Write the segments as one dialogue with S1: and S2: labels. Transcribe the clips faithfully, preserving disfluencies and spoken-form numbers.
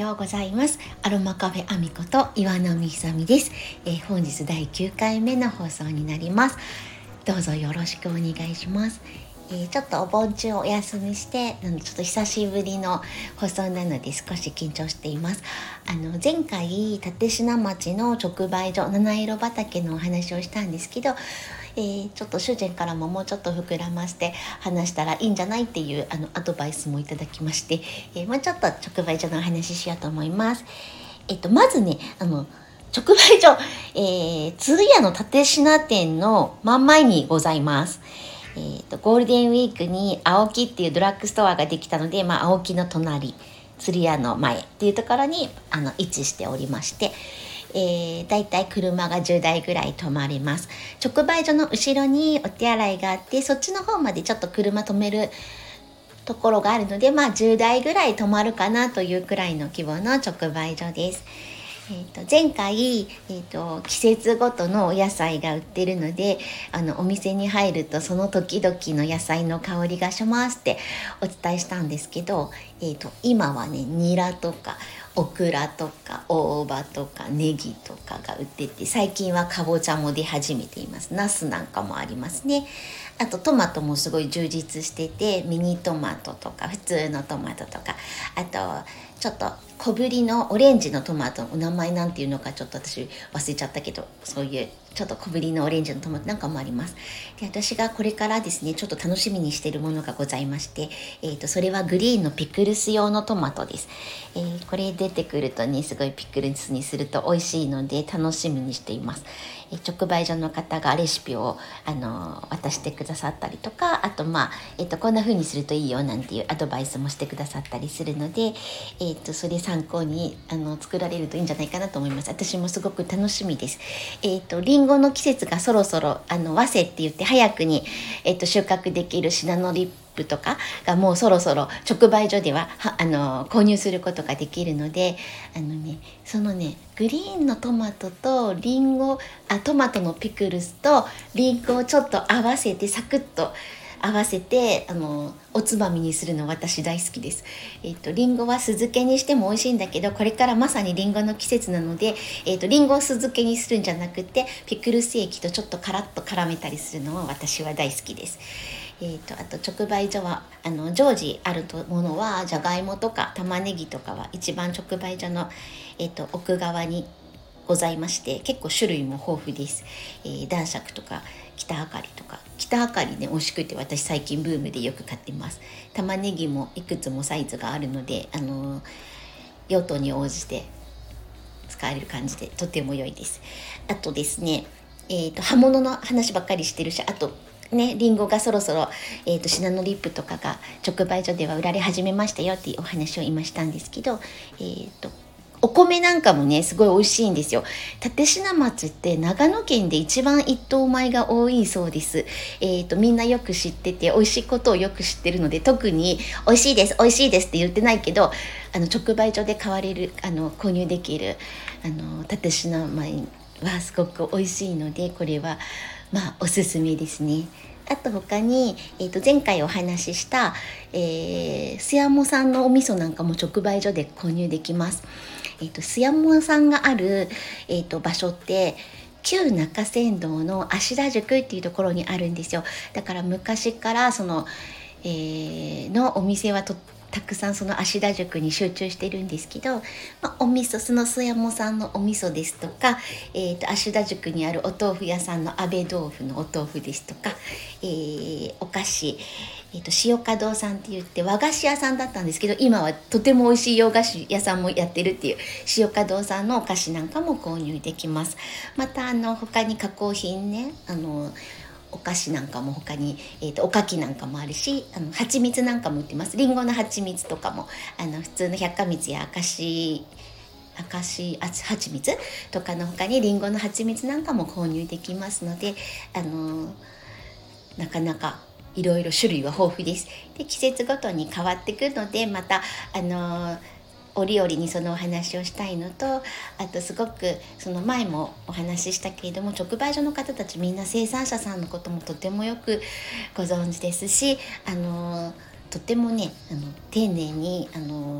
S1: ようございます。アロマカフェアミこと岩波ひさみです、えー、本日だいきゅうかいめの放送になります。どうぞよろしくお願いします。えー、ちょっとお盆中お休みしてちょっと久しぶりの放送なので少し緊張しています。あの前回立科町の直売所七色畑のお話をしたんですけど、えー、ちょっと主人からももうちょっと膨らまして話したらいいんじゃないっていうあのアドバイスもいただきまして、えー、もうちょっと直売所のお話ししようと思います。えっとまずねあの直売所、えー、鶴屋の立科店の真ん前にございます。えー、とゴールデンウィークに青木っていうドラッグストアができたので、まあ、青木の隣鶴屋の前っていうところにあの位置しておりまして、えー、だいたい車がじゅうだいぐらい止まります。直売所の後ろにお手洗いがあって、そっちの方までちょっと車止めるところがあるので、まあじゅうだいぐらい止まるかなというくらいの規模の直売所です。えー、と前回、えー、と季節ごとのお野菜が売ってるので、あのお店に入るとその時々の野菜の香りがしますってお伝えしたんですけど、えー、と今はねニラとかオクラとか大葉とかネギとかが売ってて、最近はかぼちゃも出始めています。ナスなんかもありますね。あとトマトもすごい充実してて、ミニトマトとか普通のトマトとか、あとちょっと小ぶりのオレンジのトマト、お名前なんていうのかちょっと私忘れちゃったけど、そういうちょっと小ぶりのオレンジのトマトなんかもあります。で、私がこれからですねちょっと楽しみにしているものがございまして、えーと、それはグリーンのピクルス用のトマトです。えー、これ出てくるとねすごいピクルスにすると美味しいので楽しみにしています。えー、直売所の方がレシピを、あのー、渡してくださったりとか、あとまあ、えーと、こんな風にするといいよなんていうアドバイスもしてくださったりするので、えーと、それ参考にあの作られるといいんじゃないかなと思います。私もすごく楽しみです。えーと、リンゴの季節がそろそろあの早生って言って早くに、えーと、収穫できるシナノリップとかがもうそろそろ直売所では、はあの購入することができるので、あのねそのねグリーンのトマトとリンゴあトマトのピクルスとリンゴをちょっと合わせてサクッと合わせてあのおつまみにするの私大好きです。えっとリンゴは酢漬けにしても美味しいんだけど、これからまさにリンゴの季節なので、えっとリンゴを酢漬けにするんじゃなくてピクルス液とちょっとカラッと絡めたりするのは私は大好きです。えー、とあと直売所はあの常時あるものはじゃがいもとか玉ねぎとかは一番直売所の、えー、と奥側にございまして、結構種類も豊富です。えー、男爵とか北あかりとか、北あかりね美味しくて私最近ブームでよく買ってます。玉ねぎもいくつもサイズがあるので、あのー、用途に応じて使える感じでとても良いです。あとですね、えー、と葉物の話ばっかりしてるし、あとね、リンゴがそろそろ、えー、とシナノリップとかが直売所では売られ始めましたよっていうお話を今したんですけど、えー、とお米なんかもねすごい美味しいんですよ。立科町って長野県で一番一等米が多いそうです。えー、とみんなよく知ってて美味しいことをよく知ってるので、特に美味しいです美味しいですって言ってないけど、あの直売所で買われるあの購入できるあの立科米はすごく美味しいので、これはまあおすすめですね。あと他に、えー、と前回お話しした、えー、スヤモさんのお味噌なんかも直売所で購入できます。えー、とスヤモさんがある、えー、と場所って旧中山道の芦田宿っていうところにあるんですよ。だから昔からその、えー、のお店はとたくさんその芦田宿に集中してるんですけど、まあ、お味噌その須山さんのお味噌ですとか、えー、と芦田宿にあるお豆腐屋さんの安倍豆腐のお豆腐ですとか、えー、お菓子、えー、と塩華堂さんって言って和菓子屋さんだったんですけど、今はとても美味しい洋菓子屋さんもやってるっていう塩華堂さんのお菓子なんかも購入できます。またあの他に加工品ね、あのお菓子なんかも他に、えー、とおかきなんかもあるし、あの蜂蜜なんかも売ってます。リンゴの蜂蜜とかもあの普通の百花蜜や明石明石蜂蜜とかの他にリンゴの蜂蜜なんかも購入できますので、あのなかなかいろいろ種類は豊富です。で季節ごとに変わってくるので、またあの折々にそのお話をしたいのと、あとすごくその前もお話ししたけれども、直売所の方たちみんな生産者さんのこともとてもよくご存知ですし、あのとてもねあの丁寧にあの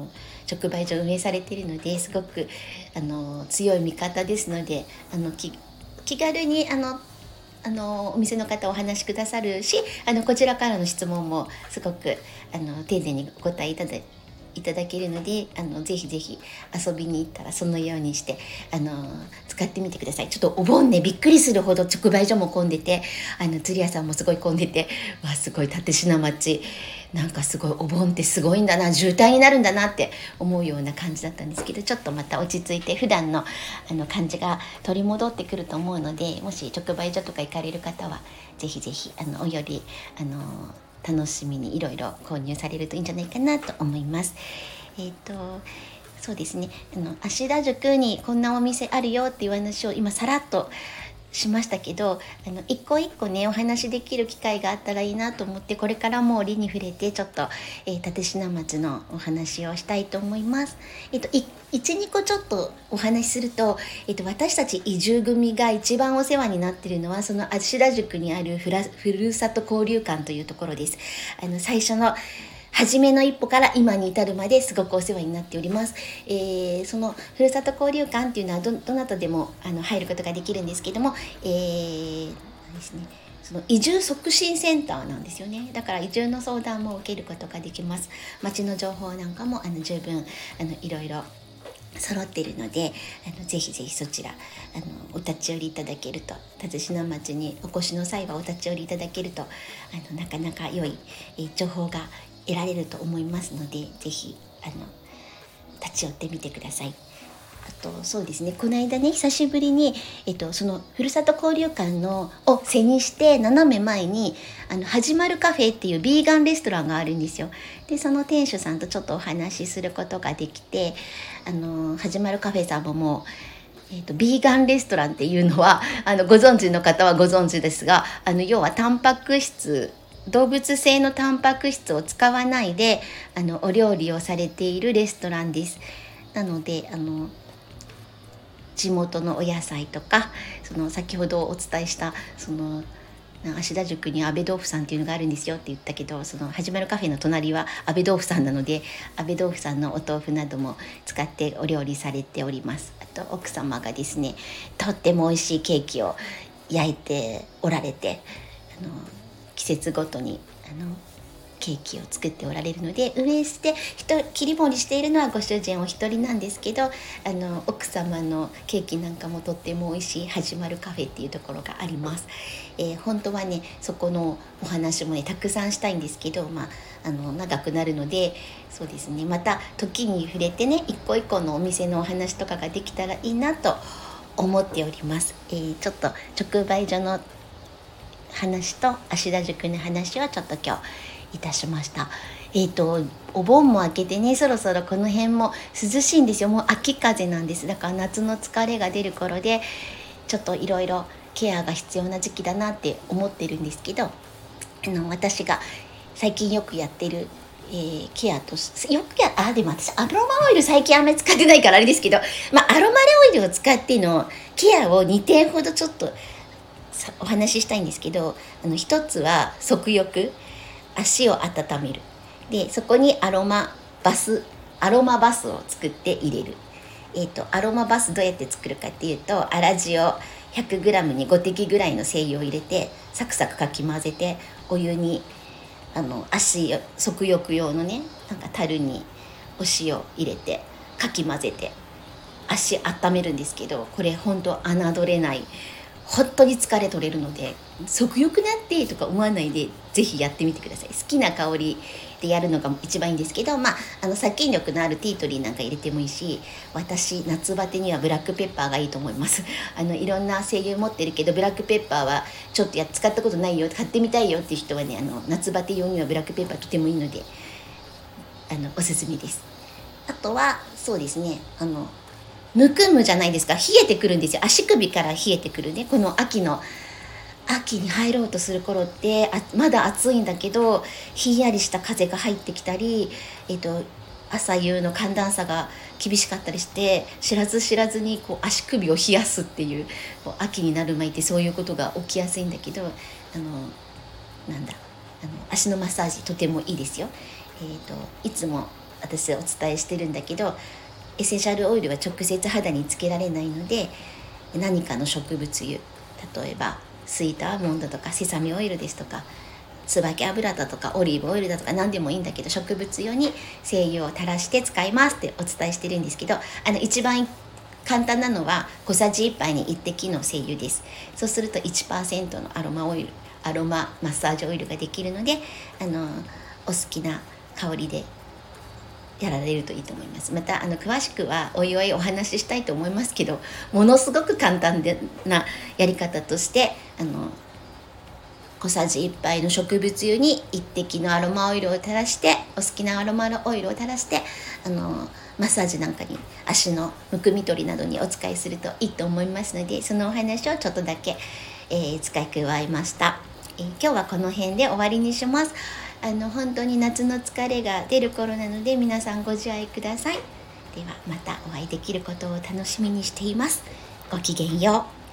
S1: 直売所運営されているので、すごくあの強い味方ですので、あの気気軽にあのあのお店の方お話しくださるし、あのこちらからの質問もすごくあの丁寧にお答えいただいただけるので、あのぜひぜひ遊びに行ったらそのようにしてあの使ってみてください。ちょっとお盆ね、びっくりするほど直売所も混んでて、あの釣り屋さんもすごい混んでて、わすごい立品町なんかすごいお盆ってすごいんだな、渋滞になるんだなって思うような感じだったんですけど、ちょっとまた落ち着いて普段のあの感じが取り戻ってくると思うので、もし直売所とか行かれる方はぜひぜひあのおよりあの楽しみにいろいろ購入されるといいんじゃないかなと思います。えっとそうですね、あの芦田宿にこんなお店あるよっていう話を今さらっとしましたけど、あの一個一個ねお話できる機会があったらいいなと思って、これからも折に触れてちょっと、えー、立品町のお話をしたいと思います。えっといち、にこちょっとお話しすると、えっと、私たち移住組が一番お世話になっているのはその芦田宿にあるふらふるさと交流館というところです。あの最初の初めの一歩から今に至るまですごくお世話になっております。えー、そのふるさと交流館っていうのは ど, どなたでもあの入ることができるんですけども、えーですね、その移住促進センターなんですよね。だから移住の相談も受けることができます。町の情報なんかもあの十分あのいろいろ揃っているので、あのぜひぜひそちらあのお立ち寄りいただけると、立品町にお越しの際はお立ち寄りいただけると、あのなかなか良い、えー、情報が得られると思いますので、ぜひあの立ち寄ってみてください。あとそうですね、この間ね久しぶりに、えっと、そのふるさと交流館のを背にして斜め前にあの始まるカフェっていうビーガンレストランがあるんですよ。でその店主さんとちょっとお話しすることができて、あの始まるカフェさんももうえーと、ビーガンレストランっていうのはあのご存知の方はご存知ですが、あの要はタンパク質動物性のタンパク質を使わないであのお料理をされているレストランです。なのであの地元のお野菜とか、その先ほどお伝えしたその芦田宿に安倍豆腐さんっていうのがあるんですよって言ったけど、その始まるカフェの隣は安倍豆腐さんなので、安倍豆腐さんのお豆腐なども使ってお料理されております。あと奥様がですね、とっても美味しいケーキを焼いておられて、あの季節ごとにあのケーキを作っておられるので、運営して切り盛りしているのはご主人お一人なんですけど、あの奥様のケーキなんかもとっても美味しい始まるカフェっていうところがあります。えー、本当はねそこのお話もねたくさんしたいんですけど、まあ、あの長くなるので、そうですね、また時に触れてね一個一個のお店のお話とかができたらいいなと思っております。えー、ちょっと直売所の話と芦田宿の話をちょっと今日いたしました。えーと、お盆も明けてね、そろそろこの辺も涼しいんですよ。もう秋風なんです。だから夏の疲れが出る頃で、ちょっといろいろケアが必要な時期だなって思ってるんですけど、あの私が最近よくやってる、えー、ケアとよくやあでも私アロマオイル最近あんまり使ってないからあれですけど、まあ、アロマオイルを使ってのケアをにてんほどちょっとお話ししたいんですけど、あの一つは足浴、足を温める。でそこにアロマバスアロマバスを作って入れる。えーと、アロマバスどうやって作るかっていうと、粗塩 ひゃくグラム にごてきぐらいの精油を入れてサクサクかき混ぜて、お湯にあの足足浴用のねなんか樽にお塩入れてかき混ぜて足温めるんですけど、これ本当侮れない、本当に疲れ取れるので、足浴なんてとか思わないでぜひやってみてください。好きな香りでやるのが一番いいんですけど、まあ、あの殺菌力のあるティートリーなんか入れてもいいし、私夏バテにはブラックペッパーがいいと思います。あのいろんな精油持ってるけどブラックペッパーはちょっとや使ったことないよ、買ってみたいよっていう人はね、あの夏バテ用にはブラックペッパーとてもいいのであのおすすめです。あとはそうですね、あのぬくむじゃないですか、冷えてくるんですよ。足首から冷えてくるね。この秋の秋に入ろうとする頃ってあまだ暑いんだけどひんやりした風が入ってきたり、えっと朝夕の寒暖差が厳しかったりして、知らず知らずにこう足首を冷やすっていう、こう秋になる前ってそういうことが起きやすいんだけど、あのなんだあの足のマッサージとてもいいですよ。えっといつも私はお伝えしてるんだけど、エッセンシャルオイルは直接肌につけられないので、何かの植物油、例えばスイートアーモンドとかセサミオイルですとか椿油だとかオリーブオイルだとか何でもいいんだけど、植物油に精油を垂らして使いますってお伝えしてるんですけど、あの一番簡単なのは小さじいっぱいにいってきの精油です。そうすると いちパーセント のアロマオイルアロママッサージオイルができるので、あのお好きな香りでやられるといいと思います。またあの詳しくはおいおいお話ししたいと思いますけど、ものすごく簡単でなやり方として、あの小さじいっぱいの植物油にいってきのアロマオイルを垂らして、お好きなアロマオイルを垂らして、あのマッサージなんかに、足のむくみ取りなどにお使いするといいと思いますので、そのお話をちょっとだけ、えー、使い加えました。えー、今日はこの辺で終わりにします。あの本当に夏の疲れが出る頃なので、皆さんご自愛ください。ではまたお会いできることを楽しみにしています。ごきげんよう。